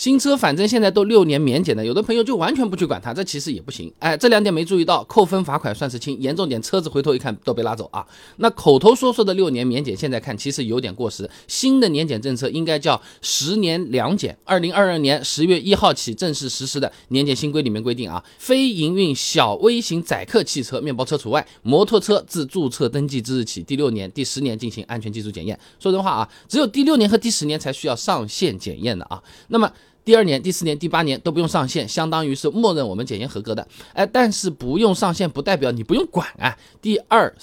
新车反正现在都6年免检的，有的朋友就完全不去管它，这其实也不行。这2点没注意到，扣分罚款算是轻，严重点车子回头一看都被拉走啊。那口头说的6年免检，现在看其实有点过时。新的年检政策应该叫10年两检。2022年10月1号起正式实施的年检新规里面规定啊，非营运小微型载客汽车、面包车除外，摩托车自注册登记之日起第6年、第10年进行安全技术检验。说真话啊，只有第6年和第10年才需要上线检验的啊。那么第2年、第4年、第8年都不用上线，相当于是默认我们检验合格的。但是不用上线不代表你不用管啊。第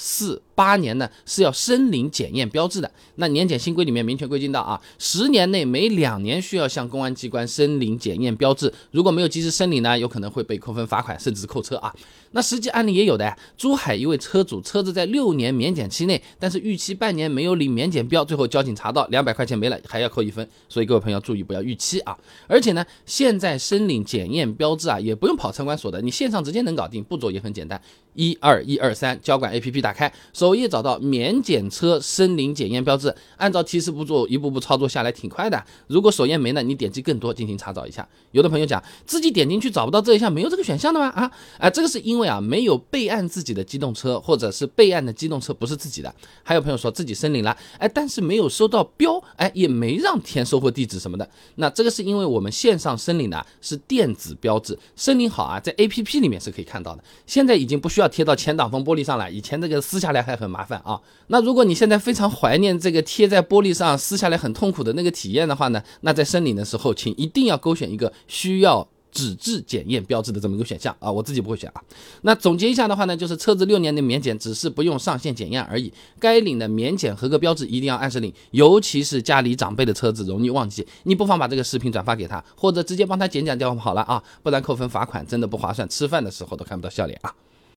2、4、8年呢是要申领检验标志的。那年检新规里面明确规定到啊，10年内每2年需要向公安机关申领检验标志，如果没有及时申领呢，有可能会被扣分罚款，甚至是扣车啊。那实际案例也有的呀，珠海一位车主车子在6年免检期内，但是逾期半年没有领免检标，最后交警查到200块钱没了，还要扣1分。所以各位朋友注意不要逾期啊。而且呢，现在申领检验标志啊，也不用跑城管所的，你线上直接能搞定，步骤也很简单。12123交管 APP 打开，首页找到免检车申领检验标志，按照提示步骤一步步操作下来挺快的。如果首页没呢，你点击更多进行查找一下。有的朋友讲自己点进去找不到这一项，没有这个选项的吗？这个是因为啊没有备案自己的机动车，或者是备案的机动车不是自己的。还有朋友说自己申领了，但是没有收到标，也没让填收货地址什么的。那这个是因为我们线上申领的是电子标志，申领好啊，在 APP 里面是可以看到的。现在已经不需要贴到前挡风玻璃上来，以前这个撕下来还很麻烦啊。那如果你现在非常怀念这个贴在玻璃上撕下来很痛苦的那个体验的话呢，那在申领的时候请一定要勾选一个需要纸质检验标志的这么一个选项啊，我自己不会选啊。那总结一下的话呢，就是车子6年的免检只是不用上线检验而已，该领的免检合格标志一定要按时领，尤其是家里长辈的车子容易忘记，你不妨把这个视频转发给他，或者直接帮他剪掉好了啊，不然扣分罚款真的不划算，吃饭的时候都看不到笑脸啊。